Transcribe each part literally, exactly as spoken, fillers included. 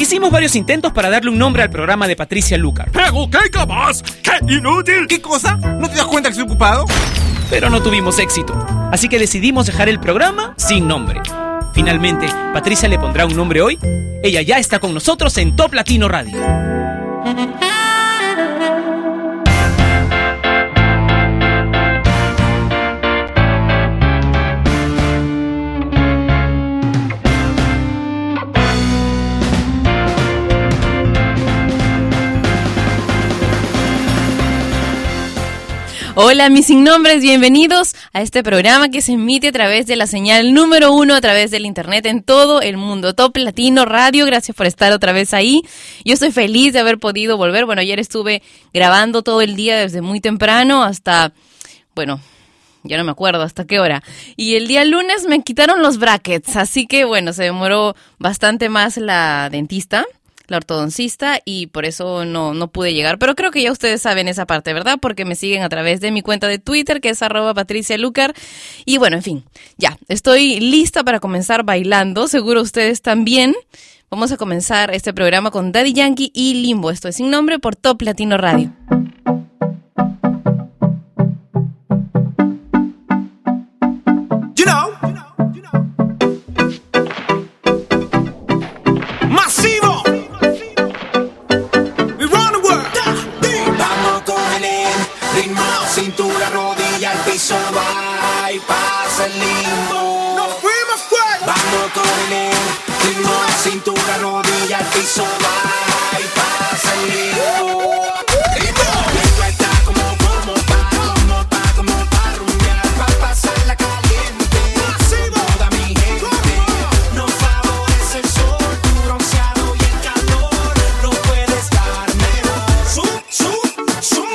Hicimos varios intentos para darle un nombre al programa de Patricia Lucar. ¡Pero qué capaz! ¡Qué inútil! ¿Qué cosa? ¿No te das cuenta que estoy ocupado? Pero no tuvimos éxito, así que decidimos dejar el programa sin nombre. Finalmente, Patricia le pondrá un nombre hoy. Ella ya está con nosotros en Top Latino Radio. Hola mis sin nombres, bienvenidos a este programa que se emite a través de la señal número uno a través del internet en todo el mundo, Top Latino Radio. Gracias por estar otra vez ahí. Yo estoy feliz de haber podido volver. Bueno, ayer estuve grabando todo el día desde muy temprano hasta, bueno, ya no me acuerdo hasta qué hora. Y el día lunes me quitaron los brackets, así que bueno, se demoró bastante más la dentista, la ortodoncista, y por eso no, no pude llegar. Pero creo que ya ustedes saben esa parte, ¿verdad? Porque me siguen a través de mi cuenta de Twitter, que es arroba Patricia Lucar. Y bueno, en fin, ya, estoy lista para comenzar bailando. Seguro ustedes también. Vamos a comenzar este programa con Daddy Yankee y Limbo. Esto es Sin Nombre por Top Latino Radio. You know, masivo. Cintura, rodilla, al piso, va y pasa el limbo. ¡Nos fuimos fuera! Vamos con el ritmo, cintura, rodilla, al piso, va y pasa el limbo. Esto está como, como pa, como pa, como pa rumbear, pa pasarla caliente. Toda mi gente nos favorece el sol, tu bronceado y el calor. No puede estar mejor. Sum, sum, sum.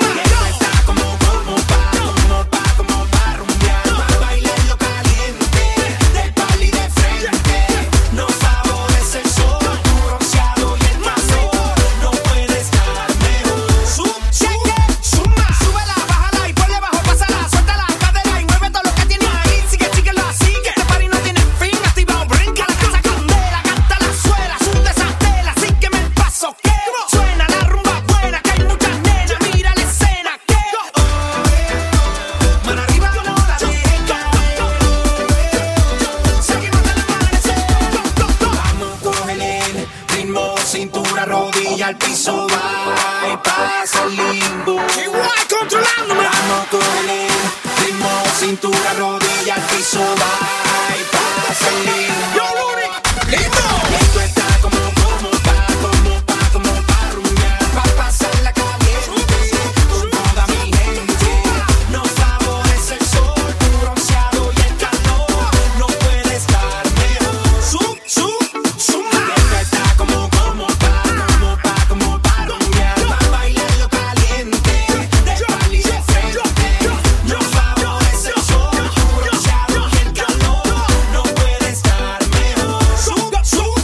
Cintura, rodilla, al piso, va y pasa el limbo. Igual controlándome. Vamos con el ritmo, cintura, rodilla, al piso, va y pasa el limbo. Yo, Luri, lindo. Esto está como, como pa, como pa, como pa rumbear, pa pasarla caliente. Con toda mi gente nos favorece el sol, tu bronceado y el calor. No puede estar mejor. Sum, sum, sum. Esto está como, como pa, como pa, como pa rumbear, pa bailarlo caliente. De pal y de frente nos favorece el sol, tu bronceado y el calor. No puede estar mejor. Sum, sum.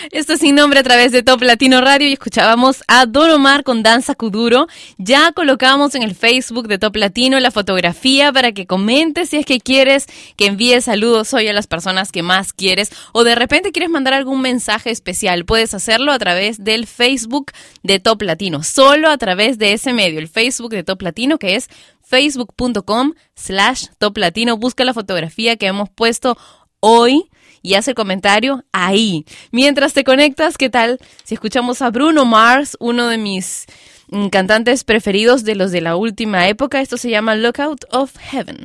Esto es Sin Nombre a través de Top Latino Radio y escuchábamos a Don Omar con Danza Kuduro. Ya colocamos en el Facebook de Top Latino la fotografía para que comentes si es que quieres que envíe saludos hoy a las personas que más quieres o de repente quieres mandar algún mensaje especial. Puedes hacerlo a través del Facebook de Top Latino, solo a través de ese medio, el Facebook de Top Latino, que es facebook.com slash Top Latino. Busca la fotografía que hemos puesto hoy y hace el comentario ahí. Mientras te conectas, ¿qué tal si escuchamos a Bruno Mars, uno de mis mm, cantantes preferidos de los de la última época? Esto se llama Lookout of Heaven.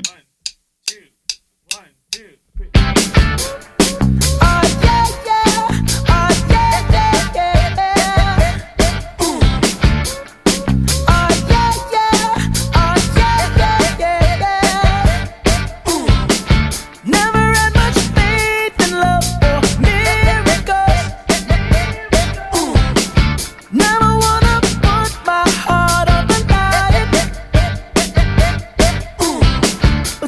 Never wanna put my heart on the line.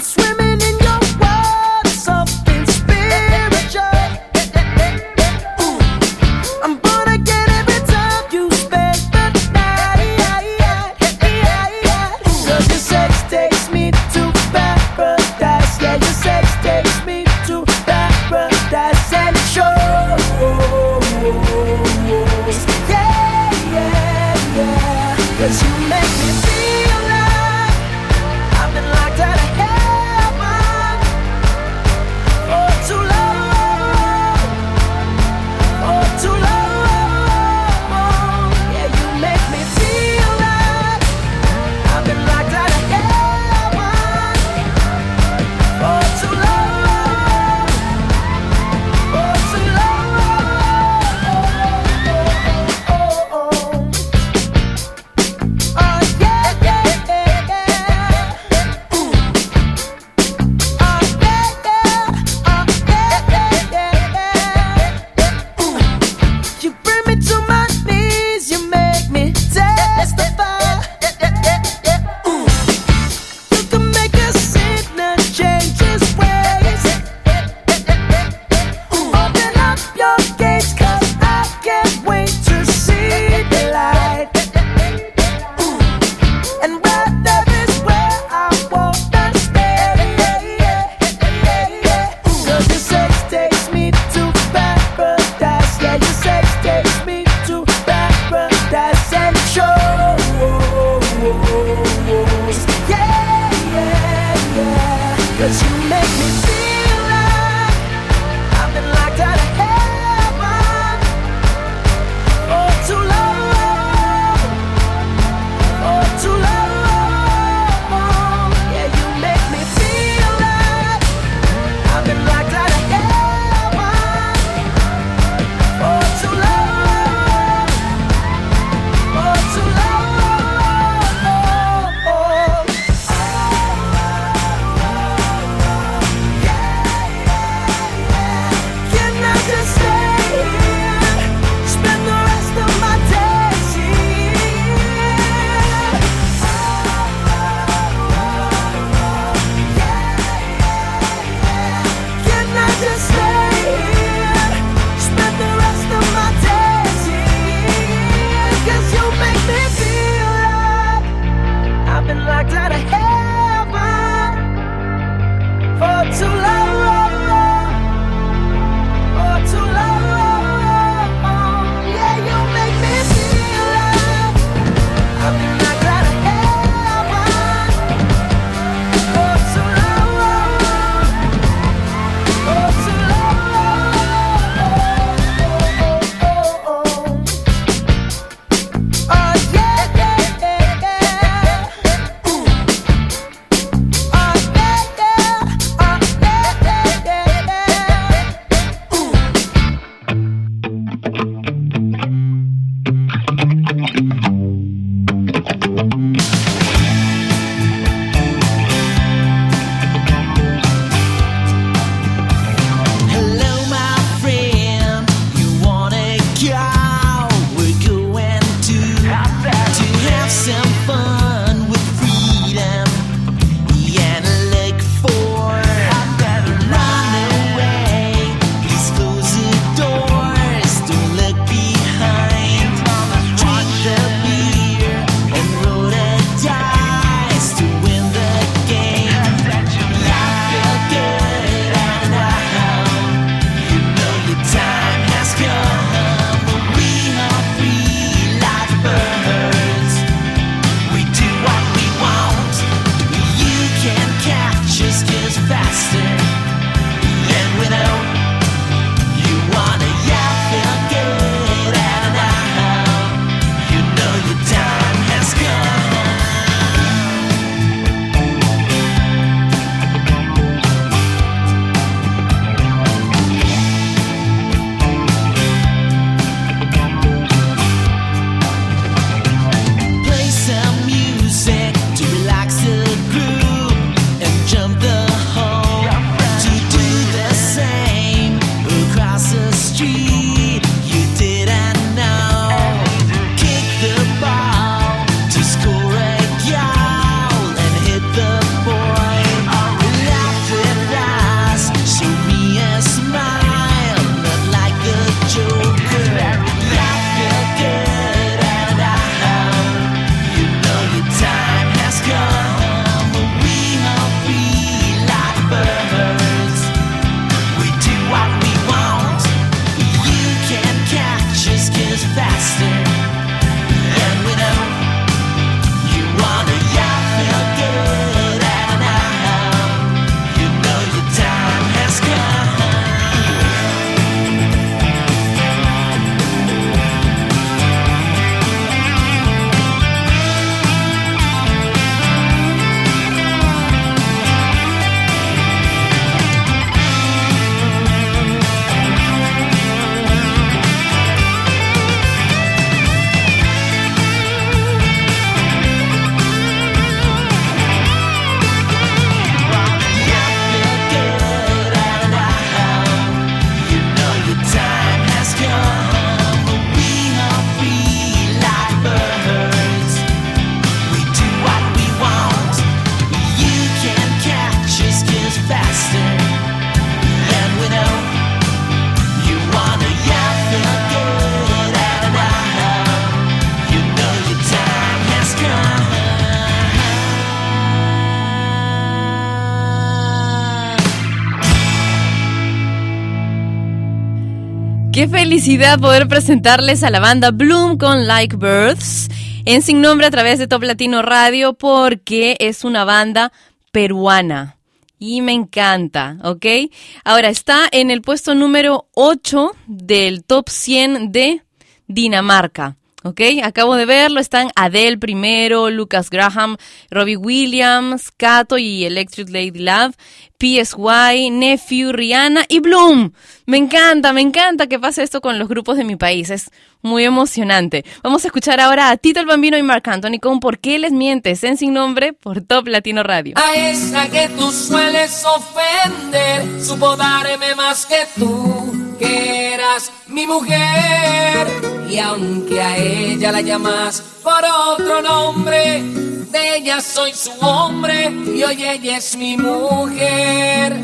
Qué felicidad poder presentarles a la banda Bloom con Like Birds en Sin Nombre a través de Top Latino Radio, porque es una banda peruana y me encanta, ¿ok? Ahora está en el puesto número ocho del Top cien de Dinamarca. Ok, acabo de verlo, están Adele primero, Lucas Graham, Robbie Williams, Kato y Electric Lady Love, P S Y, Nephew, Rihanna y Bloom. Me encanta, me encanta que pase esto con los grupos de mi país, es muy emocionante. Vamos a escuchar ahora a Tito el Bambino y Marc Anthony con ¿Por qué les mientes? En Sin Nombre por Top Latino Radio. A esa que tú sueles ofender, supo darme más que tú, que eras mi mujer. Y aunque a ella la llamas por otro nombre, de ella soy su hombre y hoy ella es mi mujer.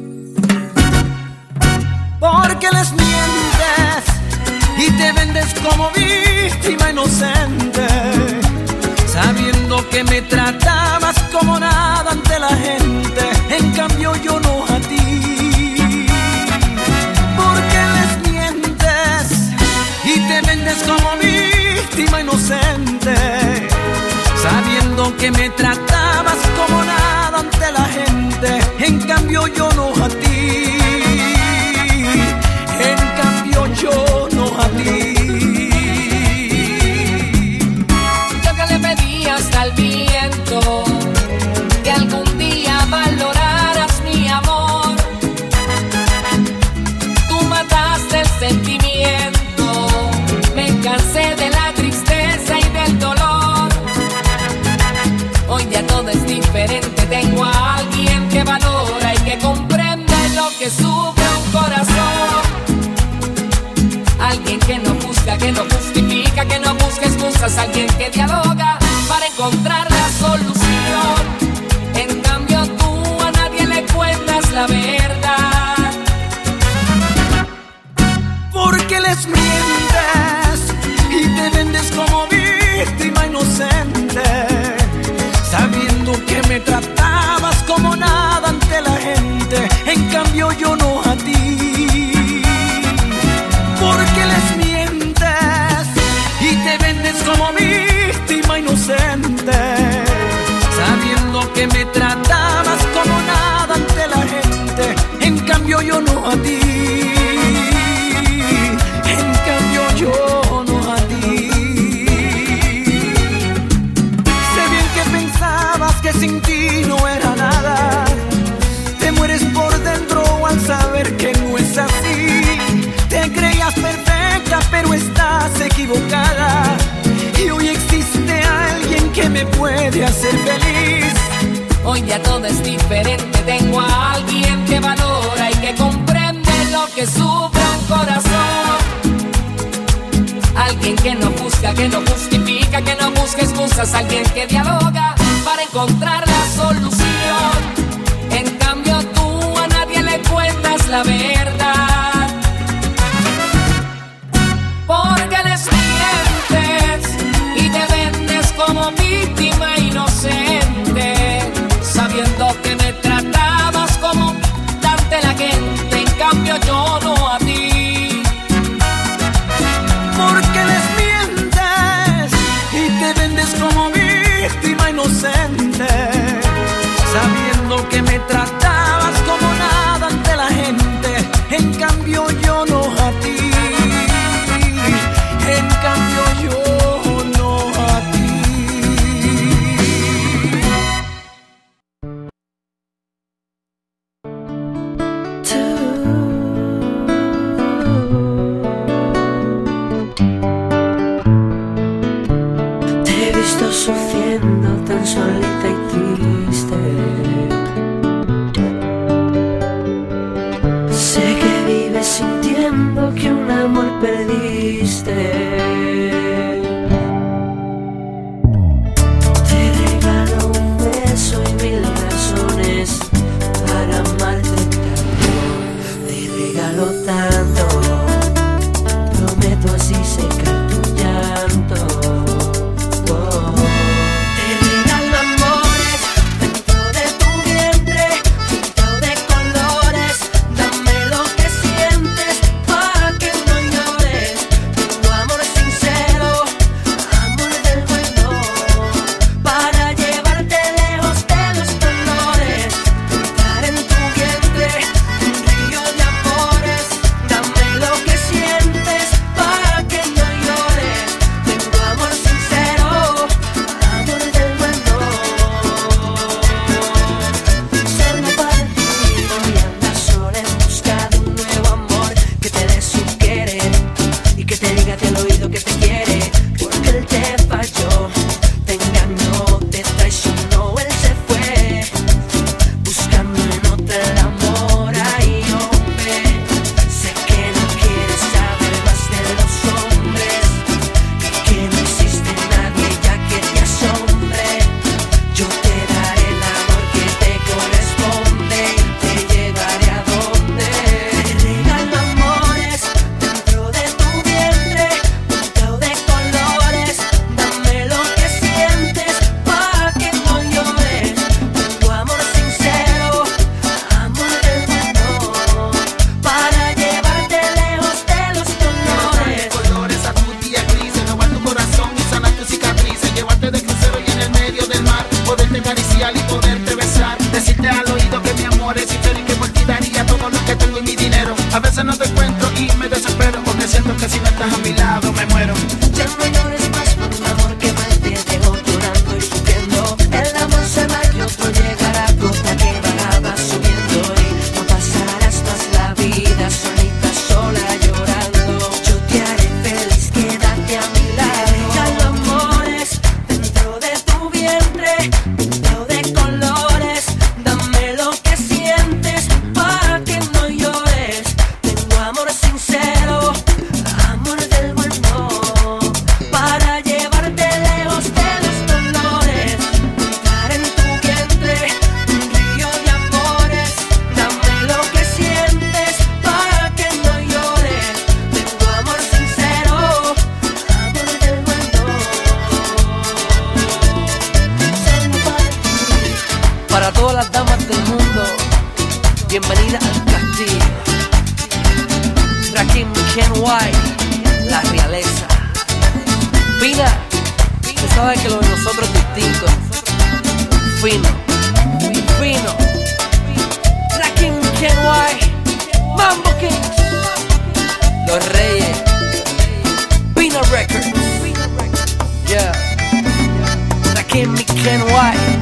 Porque les mientes y te vendes como víctima inocente, sabiendo que me tratabas como nada ante la gente, en cambio yo no a ti. Porque les mientes y te vendes como víctima inocente, sabiendo que me tratabas como nada ante la gente, en cambio yo no a ti. En cambio yo no a ti. Yo que le pedí hasta el viento que algún día valoraras mi amor, tú mataste el sentimiento, me cansé de la tristeza y del dolor. Hoy ya todo es diferente, tengo a alguien que valora y que comprende lo que sufre un corazón. Alguien que no juzga, que no justifica, que no busca excusas, alguien que dialoga para encontrar la solución. En cambio tú a nadie le cuentas la verdad. Porque les mientes y te vendes como víctima inocente, sabiendo que me tratabas como nada ante la gente, en cambio yo no a ti. Porque les mientes y te vendes como víctima inocente, sabiendo que me tratabas como nada ante la gente, en cambio yo no a ti. En cambio yo no a ti. Sé bien que pensabas que sin ti no era nada, te mueres por dentro al saber que no es así. Te creías perfecta, pero estás equivocada. Y hoy existe alguien que me puede hacer feliz. Hoy ya todo es diferente, tengo a alguien que valora y que comprende lo que sufre un corazón. Alguien que no juzga, que no justifica, que no busca excusas, alguien que dialoga para encontrar la solución. En cambio tú a nadie le cuentas la verdad. Porque les mientes y te vendes como víctima inocente, sabiendo que me tratabas como ante la gente, en cambio yo no a ti. Porque les mientes y te vendes como víctima inocente, sabiendo que me tratabas como nada ante la gente, en cambio yo no a ti. En cambio yo no a ti. Te he visto sufriendo tan solita y triste. Sé que vives sintiendo que un amor perdiste. Te regalo un beso y mil razones para amarte tanto. Te regalo tanto, prometo así secar tu llanto. Oh. Te regalo amores dentro de tu vientre, pinto de colores. Dame lo que sientes para que no pasa no te cuento y me desespero porque siento que si no estás a mi lado me muero. Ya no llores más por un amor que más te dejó llorando y sufriendo. El amor se va y otro llegará, gota que va, va subiendo y no pasarás más la vida solita, sola llorando. Yo te haré feliz, quédate a mi lado. Ya amores dentro de tu vientre, lleno de colores, dame lo que sientes para que no llores. Tengo amor sincero, amor del bueno, para llevarte lejos de los dolores. Entrar en tu vientre, un río de amores, dame lo que sientes para que no llores. Tengo amor sincero, amor del bueno, solo para ti. Para todas las damas del mundo, bienvenida al castillo. Rakim Ken White, la realeza. Pina, tú sabes que lo de nosotros es distinto. Fino, fino. Rakim Ken White, Mambo Kings, Los Reyes, Pina Records. Yeah, Rakim Ken White.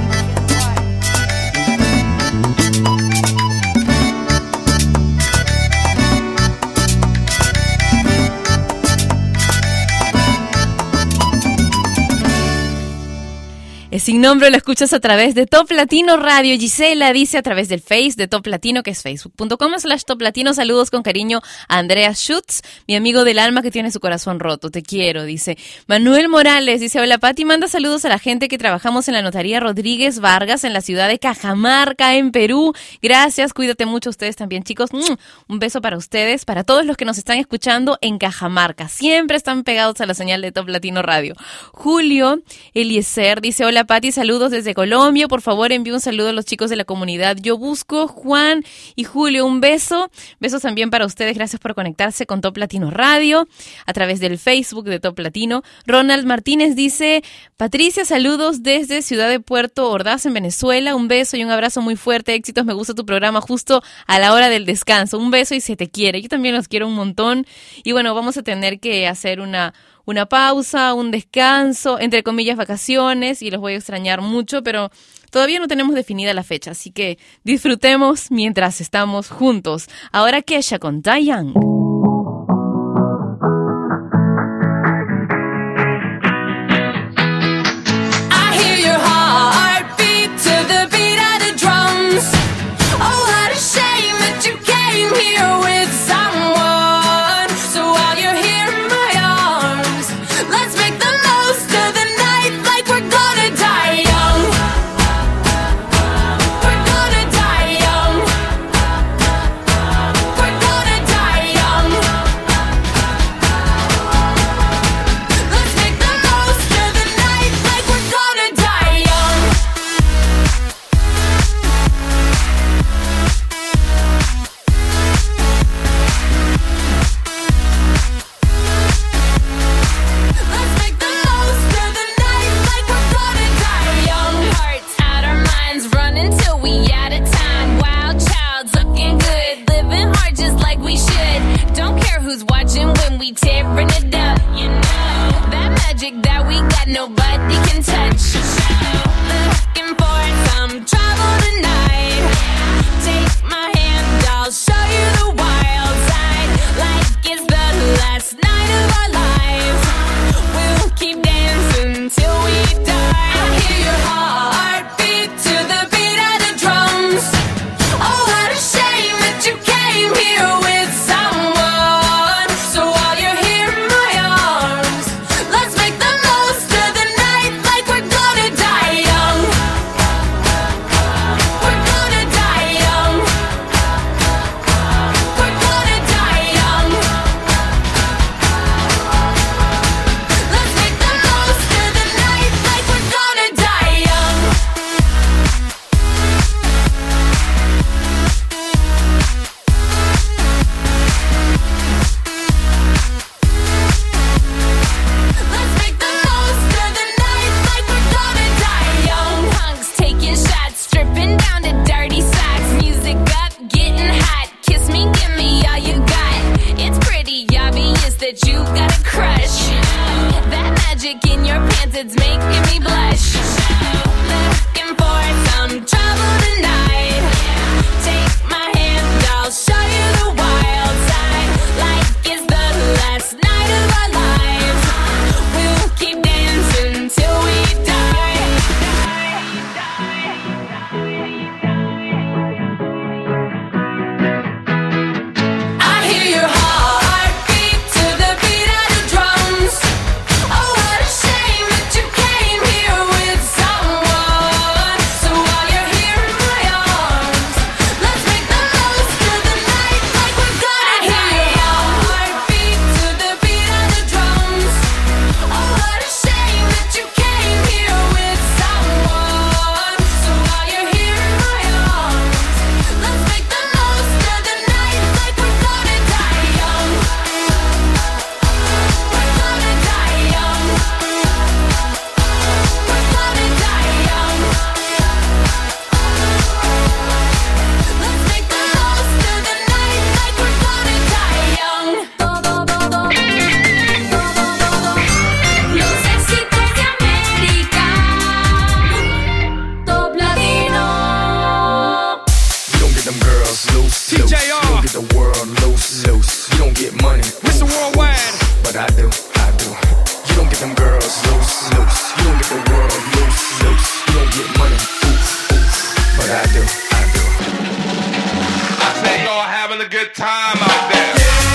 Es Sin Nombre, lo escuchas a través de Top Latino Radio. Gisela dice a través del Face de Top Latino, que es facebook.com slash Top Latino. Saludos con cariño a Andrea Schutz, mi amigo del alma que tiene su corazón roto. Te quiero, dice. Manuel Morales dice, hola Pati, manda saludos a la gente que trabajamos en la notaría Rodríguez Vargas en la ciudad de Cajamarca, en Perú. Gracias, cuídate mucho ustedes también, chicos. Un beso para ustedes, para todos los que nos están escuchando en Cajamarca. Siempre están pegados a la señal de Top Latino Radio. Julio Eliezer dice, hola Pati, saludos desde Colombia. Por favor, envíe un saludo a los chicos de la comunidad Yo Busco. Juan y Julio, un beso. Besos también para ustedes. Gracias por conectarse con Top Latino Radio a través del Facebook de Top Latino. Ronald Martínez dice, Patricia, saludos desde Ciudad de Puerto Ordaz, en Venezuela. Un beso y un abrazo muy fuerte. Éxitos, me gusta tu programa justo a la hora del descanso. Un beso y se te quiere. Yo también los quiero un montón. Y bueno, vamos a tener que hacer una... una pausa, un descanso, entre comillas vacaciones, y los voy a extrañar mucho, pero todavía no tenemos definida la fecha, así que disfrutemos mientras estamos juntos. Ahora Kesha con Die Young. Young. cause it's making me blush. Looking for some trouble tonight. Take my hand, I'll show you the wild side. Like it's the last night of our lives. We'll keep dancing till we die. I hear your heartbeat to the beat of the drums. Oh, what a shame that you came here with someone. So while you're here in my arms, let's make the most of the night like we're gonna die. I hear your heartbeat to the beat of the drums. Oh, what a shame that you came here with someone. So while you're here in my arms, let's make the most of the night like we're gonna die young. We're gonna die young. We're gonna die young. Let's make the most of the night like we're gonna die young. Los éxitos de América. Top Latino. You don't get them girls loose, T loose. J You R. don't get the world loose, loose. You don't get money, Mister Worldwide. but I do, I do. You don't get them girls loose, loose. You don't get the world loose, loose. You don't get money, oof, oof. But I do, I do. I say y'all having a good time out there.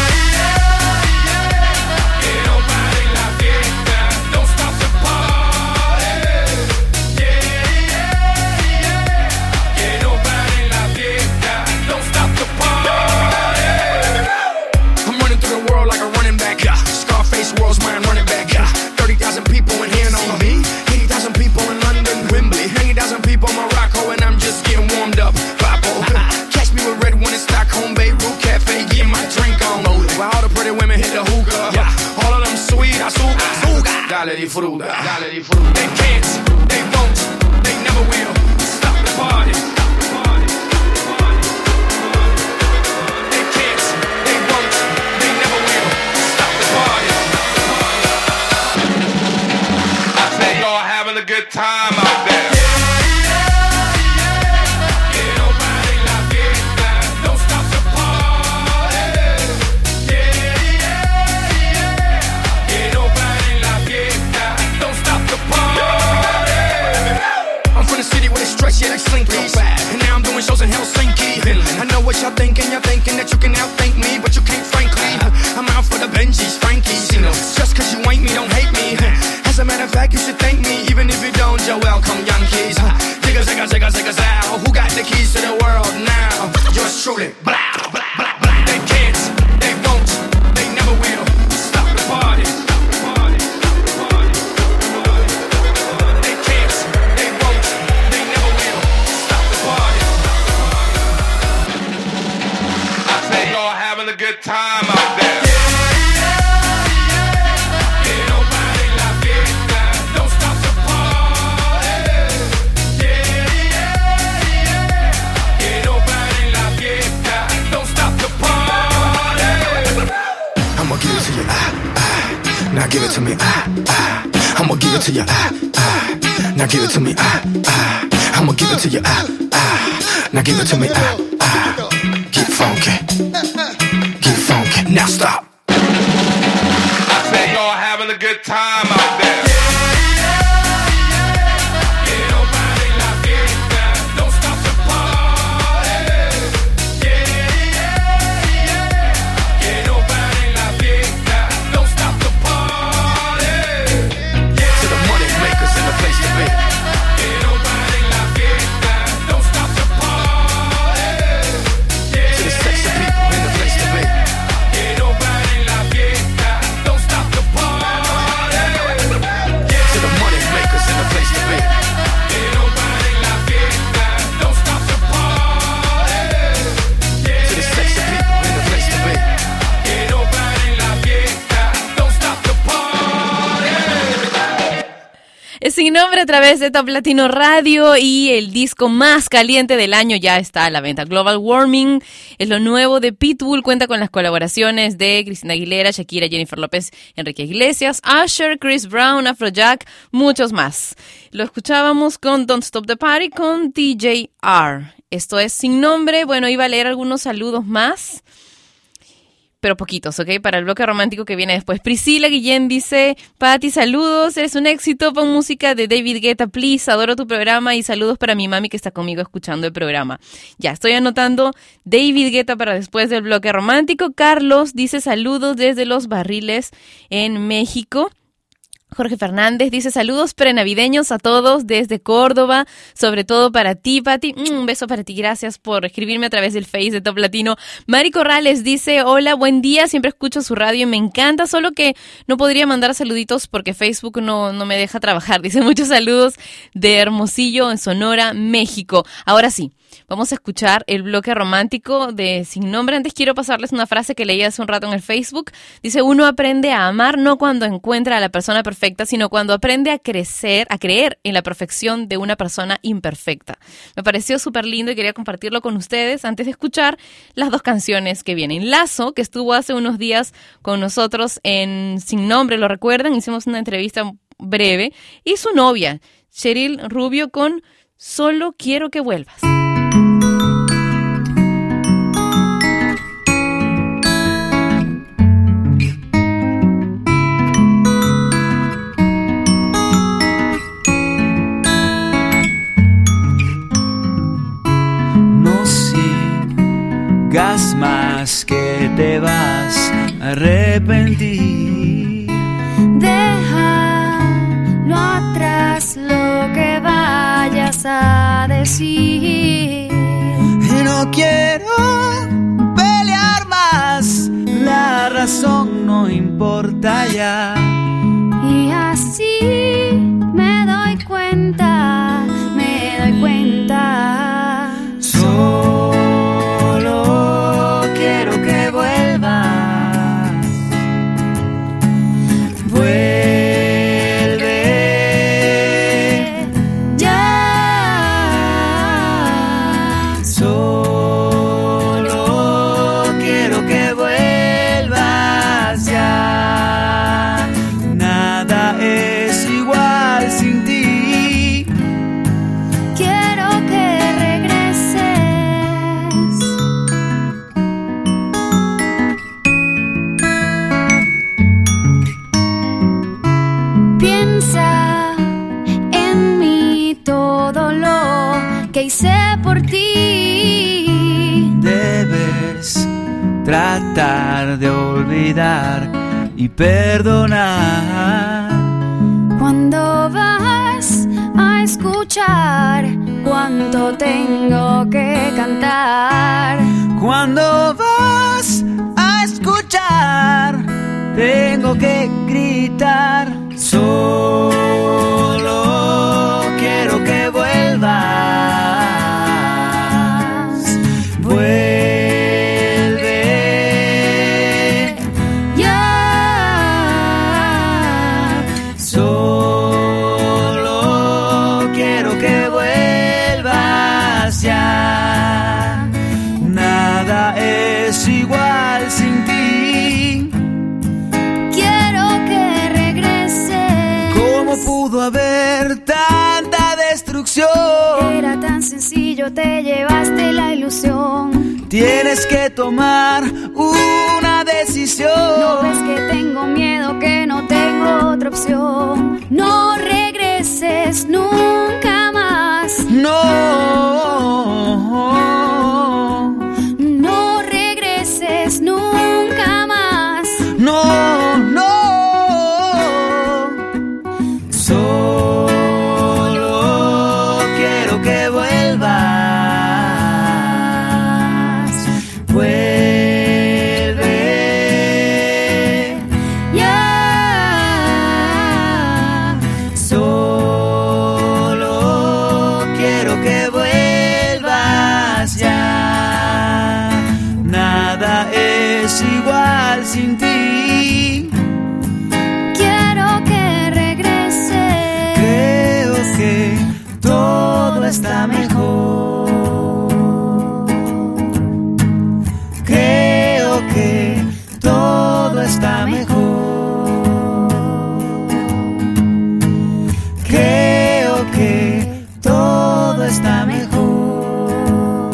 Que no pare la fiesta, don't stop the party. Yeah, yeah, yeah. Que no pare la fiesta, don't stop the party. I'm running through the world like a running back. Yeah. Scarface, world's mine, running back. Yeah. thirty thousand people in here on me. eighty thousand people in London, Wembley. ninety thousand people in Morocco, and I'm just getting warmed up. Papo. Catch me with red one in Stockholm, Beirut Cafe, getting my drink on. While all the pretty women hit the hookah. Yeah. All of them sweet, azúcar, azúcar. Dale disfruta, dale disfruta. They can't, they won't, they never will stop the party. They can't, they won't, they never will stop the party. I say y'all having a good time out there. Que no pare la fiesta, don't stop the party. Yeah, yeah, yeah. Que no pare la fiesta, don't stop the party. I'm from the city where they stretch, yeah, like slinkies. And now I'm doing shows in Helsinki. I know what y'all thinking, you're thinking that you can outthink me, but you can't, frankly. I'm out for the Benjis, Frankies. Just cause you ain't me, don't hate me. As a matter of fact, you should thank me, even if you don't, you're welcome, Yankees. Zigga, zigga, zigga, zigga, zow. Who got the keys to the world now? Yours truly. Blah, blah, blah, blah. They can't, they won't, they never will stop the party. They can't, they won't, they never will stop the party. I say y'all having a good time out there. Que no pare la fiesta, don't stop the party. Yeah, yeah, yeah. Que no pare la fiesta, don't stop the party. I'ma give it to you, ah, ah. Now give it to me, ah, ah. I'ma give it to you, ah, ah. Now give it to me, ah, ah. I'ma give it to you, ah, ah. Now give it to me, ah, ah. Get funky, get funky. Now stop. I say y'all having a good time out there. Que no pare la fiesta, don't stop the party. Yeah, yeah, yeah. Que no pare la fiesta, don't stop the party. To the money makers in the place to be. Que no pare la fiesta, don't stop the party. Yeah, To the sexy people in the place to be. que no pare la fiesta, don't stop the party. Sin Nombre a través de Top Latino Radio, y el disco más caliente del año ya está a la venta. Global Warming es lo nuevo de Pitbull, cuenta con las colaboraciones de Cristina Aguilera, Shakira, Jennifer López, Enrique Iglesias, Usher, Chris Brown, Afrojack, muchos más. Lo escuchábamos con Don't Stop the Party con T J R. Esto es Sin Nombre. Bueno, iba a leer algunos saludos más, pero poquitos, ¿ok? Para el bloque romántico que viene después. Priscila Guillén dice: Pati, saludos, eres un éxito, pon música de David Guetta, please, adoro tu programa, y saludos para mi mami que está conmigo escuchando el programa. Ya, estoy anotando David Guetta para después del bloque romántico. Carlos dice: saludos desde Los Barriles en México. Jorge Fernández dice: saludos prenavideños a todos desde Córdoba, sobre todo para ti, Pati. Un beso para ti, gracias por escribirme a través del Face de Top Latino. Mari Corrales dice: hola, buen día, siempre escucho su radio y me encanta, solo que no podría mandar saluditos porque Facebook no, no me deja trabajar. Dice: muchos saludos de Hermosillo, en Sonora, México. Ahora sí, vamos a escuchar el bloque romántico de Sin Nombre. Antes quiero pasarles una frase que leí hace un rato en el Facebook. Dice: uno aprende a amar no cuando encuentra a la persona perfecta, sino cuando aprende a crecer, a creer en la perfección de una persona imperfecta. Me pareció súper lindo y quería compartirlo con ustedes antes de escuchar las dos canciones que vienen. Lazo, que estuvo hace unos días con nosotros en Sin Nombre, ¿lo recuerdan? Hicimos una entrevista breve. Y su novia, Cheryl Rubio, con Solo Quiero que Vuelvas. Gas más que te vas a arrepentir. Déjalo atrás lo que vayas a decir. Y no quiero pelear más, la razón no importa ya. Y así me doy cuenta, me doy cuenta. Solo quiero que vuelvas. Vuelve ya. Solo quiero que vuelvas ya. Nada es igual sin ti. Quiero que regreses. Piensa en mí, todo lo que hice por ti. Debes tratar de olvidar y perdonar. Cuando vas a escuchar cuánto tengo que cantar. Cuando vas a escuchar, tengo que gritar. Solo quiero que vuelvas. Vuelve ya. Solo quiero que vuelvas ya. Nada es igual sin ti. Quiero que regreses. ¿Cómo pudo haber tanta destrucción? Era tan sencillo, te llevaste la ilusión. Tienes que tomar una decisión. No ves que tengo miedo, que no tengo otra opción. No regreses nunca más. No, No regreses nunca más. no, no. Solo quiero que vuelvas. Vuelve ya. Solo quiero que vuelvas ya. Nada es igual sin ti. Quiero que regreses. está mejor. Creo que todo está mejor. Creo que todo está mejor.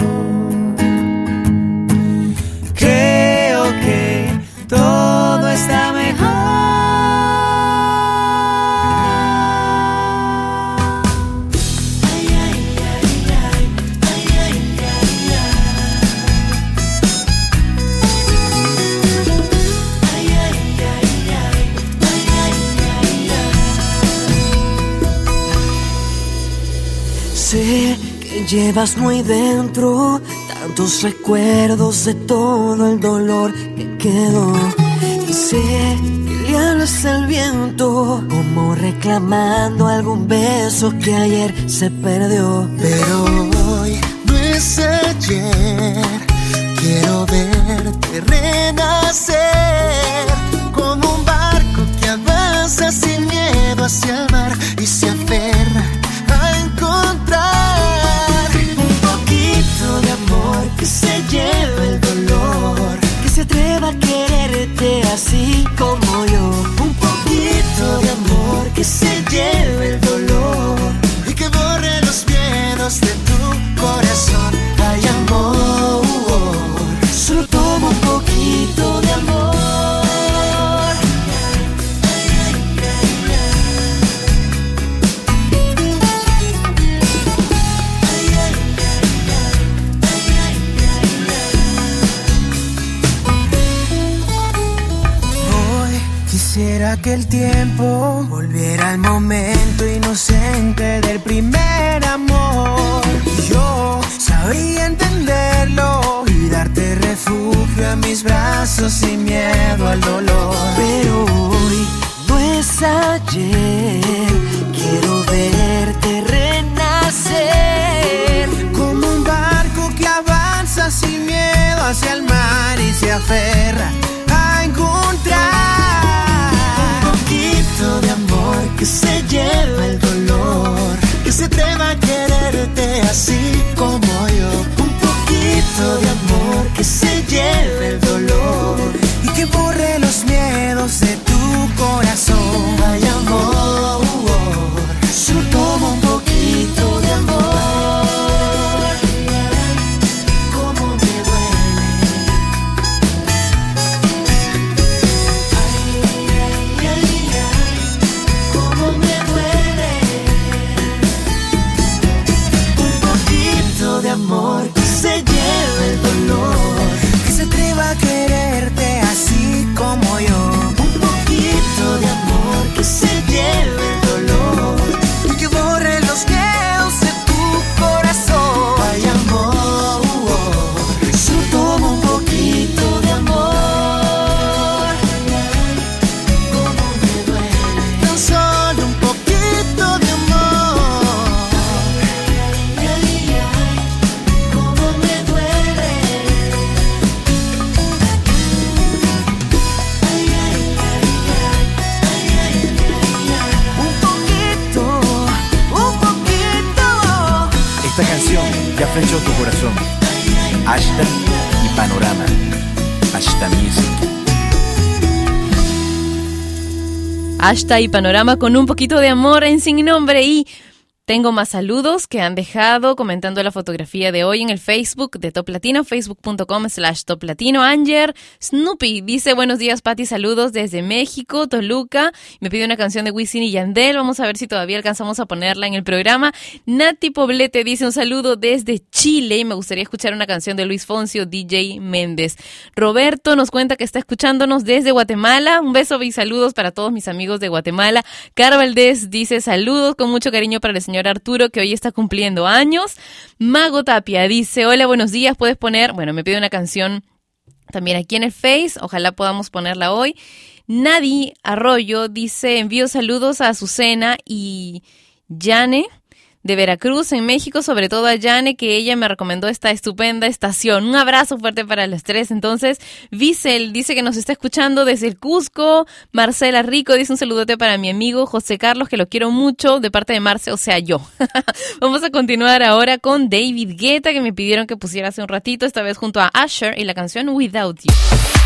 Creo que todo está mejor. Sé que llevas muy dentro tantos recuerdos de todo el dolor que quedó. Y sé que le hablas al viento como reclamando algún beso que ayer se perdió. Pero hoy no es ayer. Quiero verte renacer como un barco que avanza sin miedo hacia el mar y se aferra a encontrar un poquito de amor que se lleve el dolor, Que se atreva a quererte así como yo. un poquito de amor que se lleve el dolor y que borre los miedos de tu corazón. Ay, amor, Solo toma un poquito de amor. Hoy quisiera que el tiempo volviera al momento inocente del primer amor. Y yo sabría entenderlo y darte refugio en mis brazos sin miedo al dolor. Pero hoy no es ayer. Quiero verte renacer Como un barco que avanza sin miedo hacia el mar y se aferra a encontrar un poquito de amor que se lleve el dolor, que se atreva a quererte así como yo. Un poquito de amor que se lleve el dolor y que borre los miedos de tu corazón. Ay, amor, Solo toma un poquito de amor. cómo me duele. Ay, ay, ay, ay, cómo me duele. Un poquito de amor que se lleve el dolor, Que se atreva a quererte así como yo. un poquito de amor que se lleve el dolor Y que borre los miedos de tu corazón. Ay, amor, Solo toma un poquito de amor. cómo me duele. Tan solo un poquito de amor. Ay, ay, ay, cómo me duele. Ay, ay, ay, ay, ay, ay, ay. Un poquito, un poquito. Esta canción ya flechó tu corazón. Ashta y Panorama. Ashta Music. Ashta y Panorama con un poquito de amor en Sin Nombre. Y tengo más saludos que han dejado comentando la fotografía de hoy en el Facebook de Top Latino, facebook.com slash Top Latino. Anger Snoopy dice: buenos días, Pati, saludos desde México, Toluca. Me pide una canción de Wisin y Yandel. Vamos a ver si todavía alcanzamos a ponerla en el programa. Nati Poblete dice: un saludo desde Chile y me gustaría escuchar una canción de Luis Fonsi o D J Méndez. Roberto nos cuenta que está escuchándonos desde Guatemala. Un beso y saludos para todos mis amigos de Guatemala. Cara Valdés dice: saludos con mucho cariño para el señor Arturo, que hoy está cumpliendo años. Mago Tapia dice: hola, buenos días, puedes poner, bueno, me pide una canción también aquí en el Face, ojalá podamos ponerla hoy. Nadi Arroyo dice: envío saludos a Azucena y Yane de Veracruz, en México, sobre todo a Yane, que ella me recomendó esta estupenda estación. Un abrazo fuerte para los tres. Entonces, Visel dice que nos está escuchando desde el Cusco. Marcela Rico dice un saludote para mi amigo José Carlos, que lo quiero mucho, de parte de Marce, o sea, yo. Vamos a continuar ahora con David Guetta, que me pidieron que pusiera hace un ratito, esta vez junto a Usher, y la canción Without You.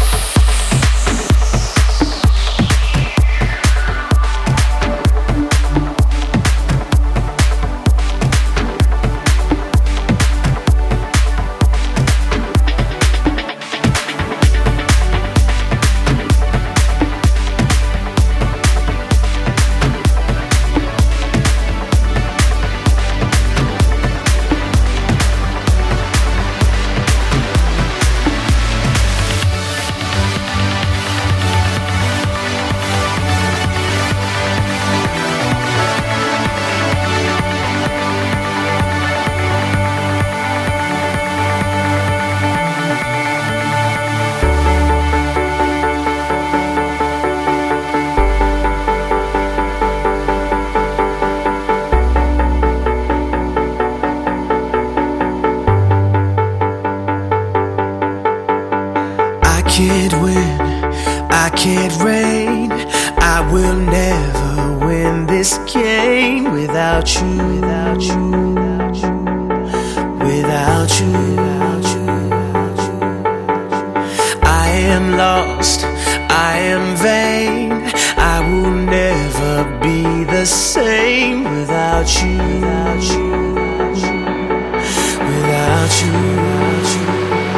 can't win, I can't reign, I will never win this game without you, without you, without you, without you, without you. I am lost, I am vain, I will never be the same without you, without you, without you, without you.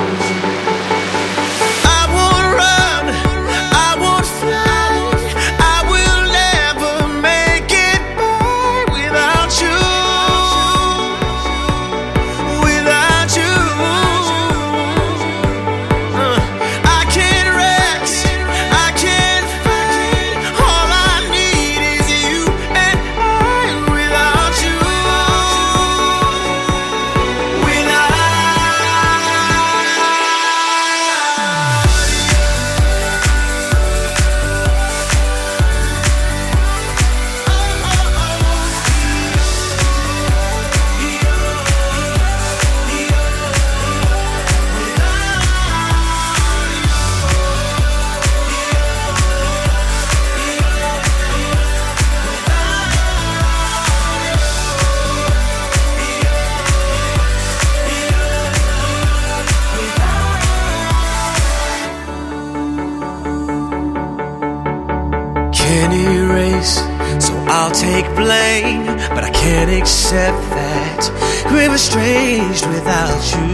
Blame, but I can't accept that we're estranged without you,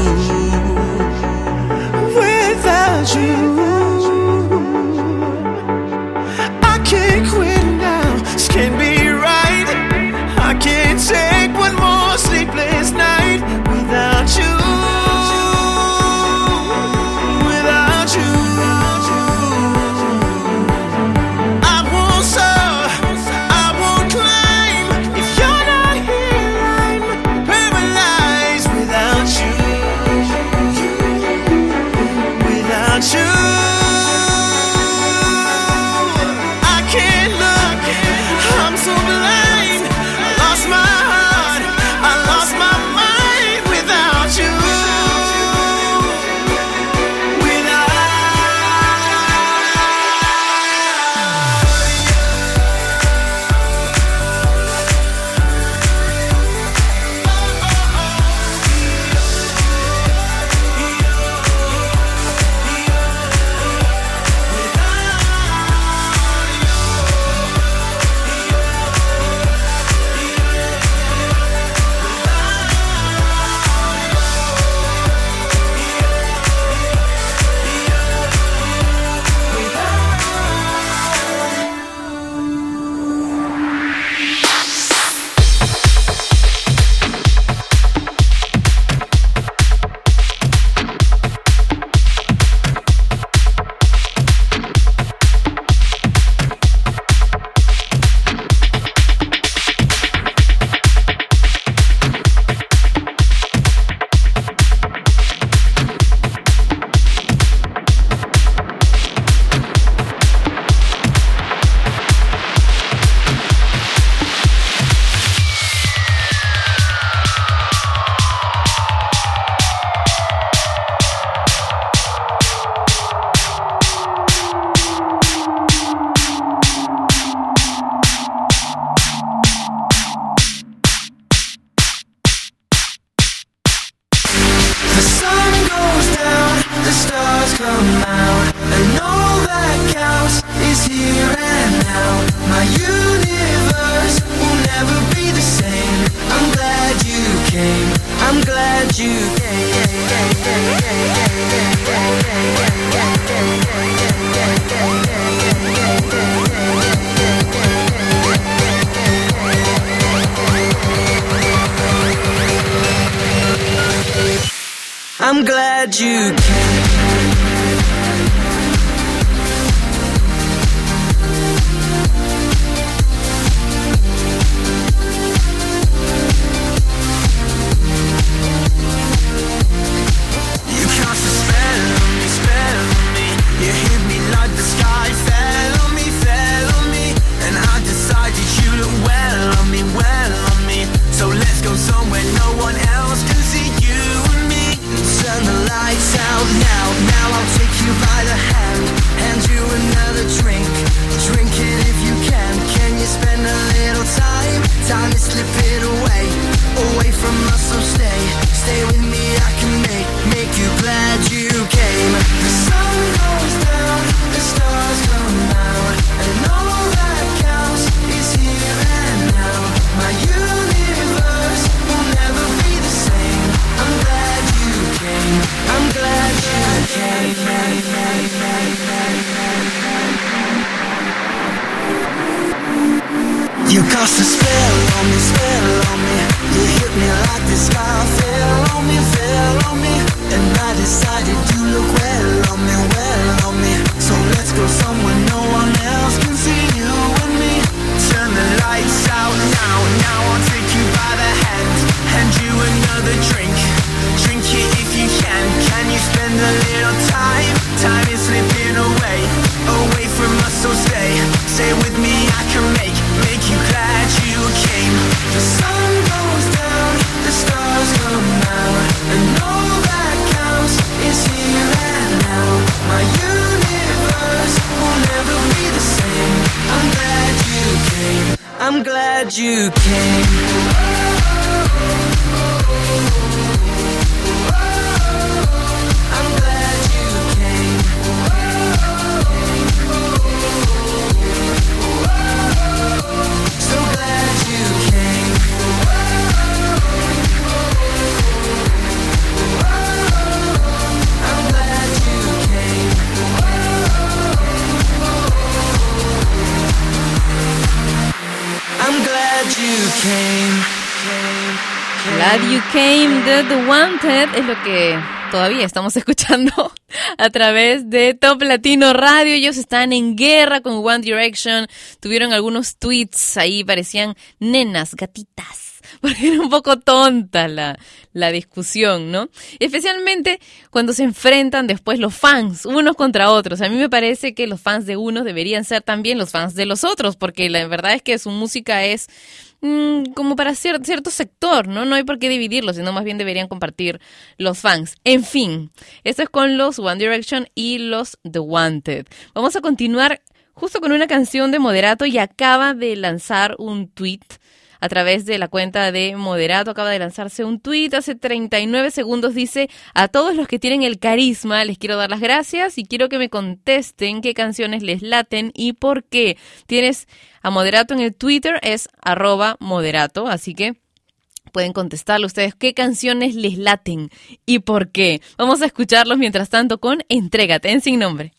without you. I can't quit now, this can't be right. I can't take one more sleepless night without you, without you. Without you. I'm glad you came. Time is slipping away, away from us, so stay, stay with me, I can make, make you glad you came. The sun goes down, the stars come out, and all that counts is here and now. My universe will never be the same. I'm glad you came, I'm glad you came. You cast a spell on me, spell on me. You hit me like the sky fell on me, fell on me. And I decided you look well on me, well on me. So let's go somewhere no one else can see you and me. Turn the lights out now, now I'll take you by the hand, hand you another drink. Drink it if you can, can you spend a little time? Time is slipping away, away from us, so stay, stay with me, I can make, make you glad you came. The sun goes down, the stars come out, and all that counts is here and now. My universe will never be the same. I'm glad you came, I'm glad you came. Glad You Came de The Wanted es lo que todavía estamos escuchando a través de Top Latino Radio. Ellos están en guerra con One Direction. Tuvieron algunos tweets ahí, parecían nenas, gatitas, porque era un poco tonta la, la discusión, ¿no? Especialmente cuando se enfrentan después los fans, unos contra otros. A mí me parece que los fans de unos deberían ser también los fans de los otros, porque la verdad es que su música es mmm, como para cier- cierto sector, ¿no? No hay por qué dividirlos, sino más bien deberían compartir los fans. En fin, esto es con los One Direction y los The Wanted. Vamos a continuar justo con una canción de Moderato, y acaba de lanzar un tweet a través de la cuenta de Moderato. Acaba de lanzarse un tuit hace treinta y nueve segundos. Dice: a todos los que tienen el carisma les quiero dar las gracias y quiero que me contesten qué canciones les laten y por qué. Tienes a Moderato en el Twitter, es arroba Moderato, así que pueden contestarle ustedes qué canciones les laten y por qué. Vamos a escucharlos mientras tanto con Entrégate en Sin Nombre.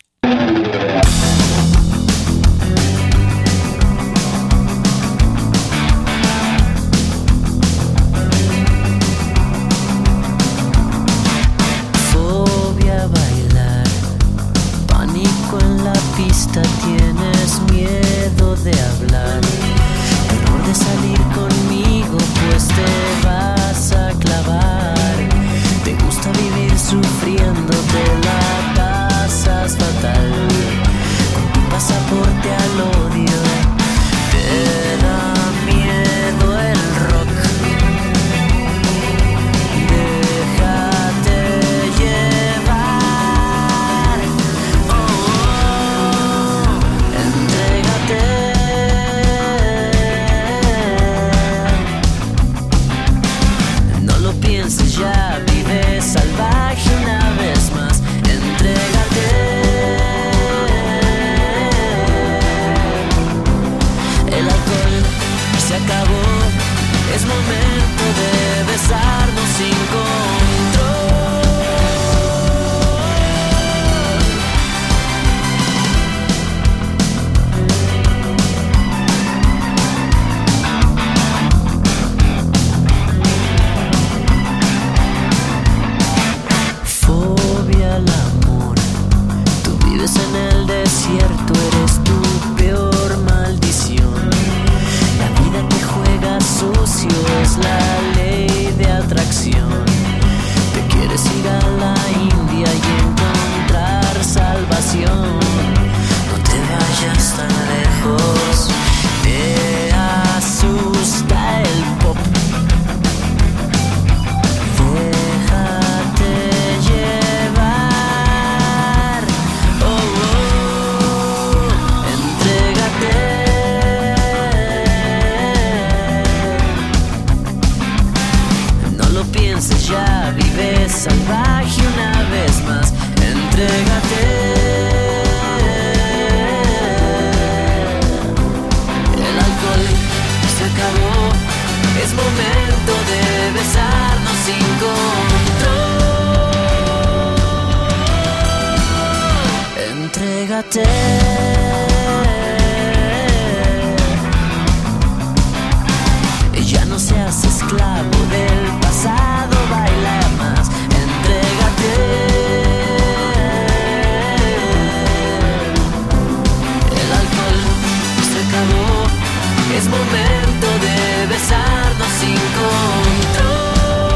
Tienes miedo de hablar, terror de salir conmigo, pues te vas a clavar. Te gusta vivir sufriendo, te la pasas fatal, con tu pasaporte al odio. Te da miedo el rock, déjate llevar. Ya no seas esclavo del pasado, baila más, entrégate. El alcohol se acabó, es momento de besarnos sin control.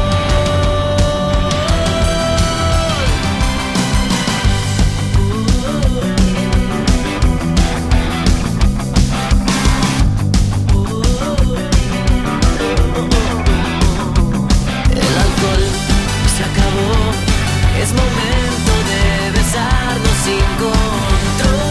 Es momento de besarnos sin control.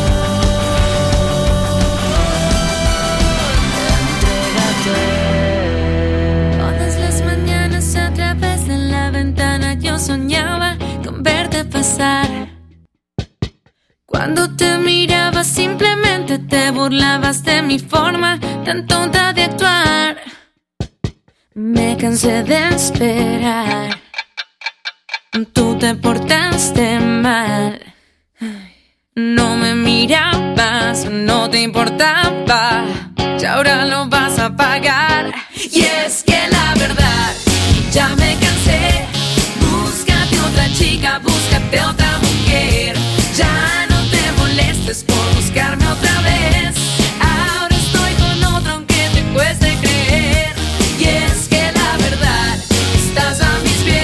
Entrégate. Todas las mañanas a través de la ventana yo soñaba con verte pasar. Cuando te miraba simplemente te burlabas de mi forma tan tonta de actuar. Me cansé de esperar. Tú te portaste mal. No me mirabas, no te importaba. Y ahora lo vas a pagar. Y es que la verdad, ya me cansé. Búscate otra chica, búscate otra mujer. Ya no te molestes por buscarme otra vez. Ahora estoy con otro aunque te cueste creer. Y es que la verdad, estás a mis pies.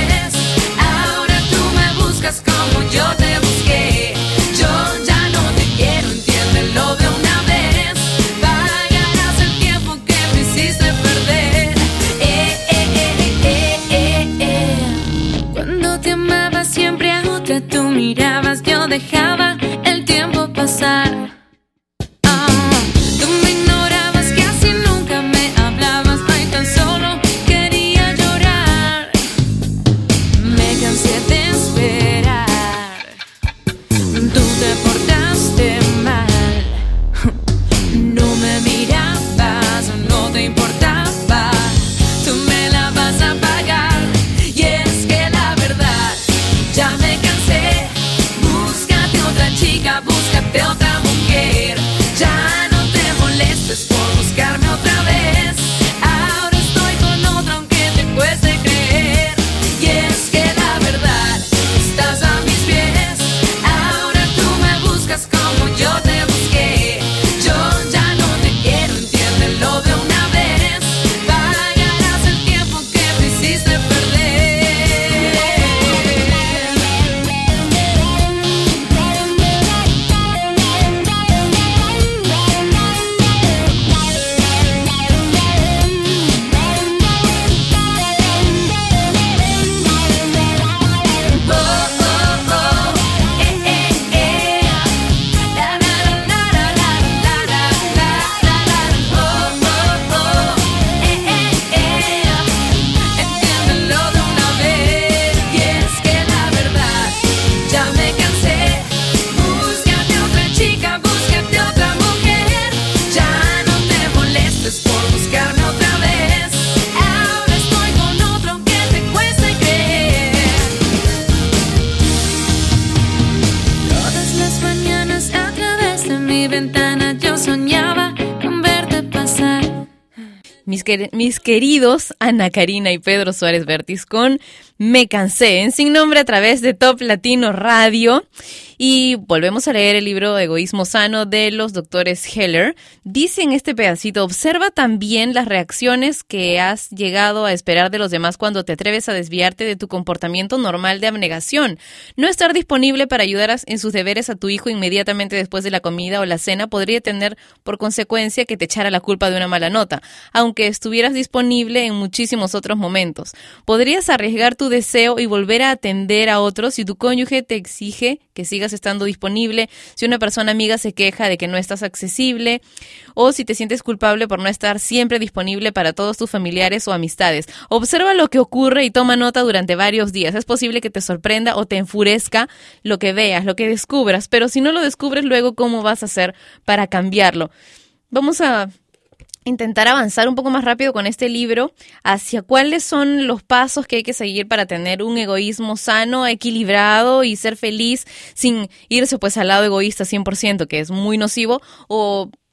Como yo te busqué, yo ya no te quiero, entiéndelo de una vez. Pagarás el tiempo que me hiciste perder. Eh, eh, eh, eh, eh, eh. Cuando te amaba siempre a otra tú mirabas, yo dejaba el tiempo pasar. Ah, tú me ignorabas, casi nunca me hablabas, ay, tan solo quería llorar. Me cansé de esperar. Tú te portaste mal. No me mirabas, no te importaba. Tú me la vas a pagar. Y es que la verdad, ya me cansé. Búscate otra chica, búscate otra mujer. Ya no te molestes por buscarme otra vez. Ahora estoy con otro aunque te cueste creer. Y es que la verdad, estás a mis pies. Ahora tú me buscas como yo te busqué. Yo ya no te quiero, entiéndelo de una vez. Pagarás el tiempo que me hiciste perder. Oh, oh, oh, eh, eh, eh. La, la, la, la, la, la, la, la, la. Oh, oh, oh, eh, eh, eh. Entiéndelo de una vez. Y es que la verdad, ya me cansé. Búscate otra chica, búscate otra mujer. Ya no te molestes por buscarme otra vez. Ahora estoy con otro aunque te cueste creer. Todas las mañanas a través de mi ventana yo soñaba con verte pasar. Mis, quer- mis queridos Ana Karina y Pedro Suárez Vértiz con Me Cansé, en Sin Nombre a través de Top Latino Radio. Y volvemos a leer el libro Egoísmo Sano de los doctores Heller. Dice en este pedacito: observa también las reacciones que has llegado a esperar de los demás cuando te atreves a desviarte de tu comportamiento normal de abnegación. No estar disponible para ayudar a- en sus deberes a tu hijo inmediatamente después de la comida o la cena podría tener por consecuencia que te echara la culpa de una mala nota, aunque estuvieras disponible en muchísimos otros momentos. Podrías arriesgar tu deseo y volver a atender a otros si tu cónyuge te exige que sigas estando disponible, si una persona amiga se queja de que no estás accesible, o si te sientes culpable por no estar siempre disponible para todos tus familiares o amistades. Observa lo que ocurre y toma nota durante varios días. Es posible que te sorprenda o te enfurezca lo que veas, lo que descubras, pero si no lo descubres luego, ¿cómo vas a hacer para cambiarlo? Vamos a intentar avanzar un poco más rápido con este libro hacia cuáles son los pasos que hay que seguir para tener un egoísmo sano, equilibrado y ser feliz sin irse pues al lado egoísta cien por ciento, que es muy nocivo, o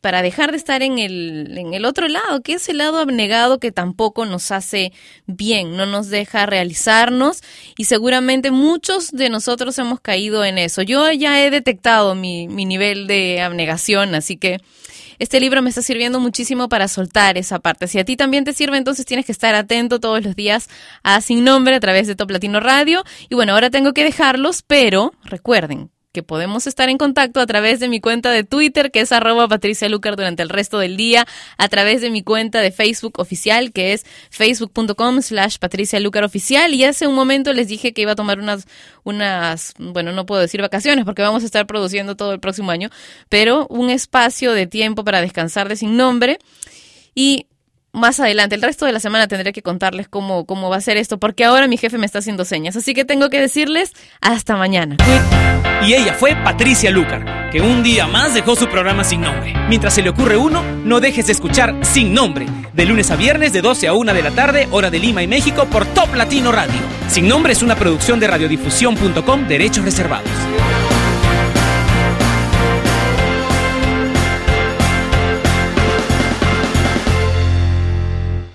para dejar de estar en el, en el otro lado, que es el lado abnegado que tampoco nos hace bien, no nos deja realizarnos, y seguramente muchos de nosotros hemos caído en eso. Yo ya he detectado mi, mi nivel de abnegación, así que este libro me está sirviendo muchísimo para soltar esa parte. Si a ti también te sirve, entonces tienes que estar atento todos los días a Sin Nombre a través de Top Latino Radio. Y bueno, ahora tengo que dejarlos, pero recuerden que podemos estar en contacto a través de mi cuenta de Twitter, que es arroba Patricia Lucar durante el resto del día, a través de mi cuenta de Facebook oficial, que es facebook.com slash Patricia Lucar oficial. Y hace un momento les dije que iba a tomar unas, unas, bueno, no puedo decir vacaciones porque vamos a estar produciendo todo el próximo año, pero un espacio de tiempo para descansar de Sin Nombre. Y más adelante, el resto de la semana tendré que contarles cómo, cómo va a ser esto, porque ahora mi jefe me está haciendo señas, así que tengo que decirles hasta mañana. Y ella fue Patricia Lucar, que un día más dejó su programa Sin Nombre. Mientras se le ocurre uno, no dejes de escuchar Sin Nombre, de lunes a viernes de doce a una de la tarde, hora de Lima y México, por Top Latino Radio. Sin Nombre es una producción de radiodifusión punto com, derechos reservados.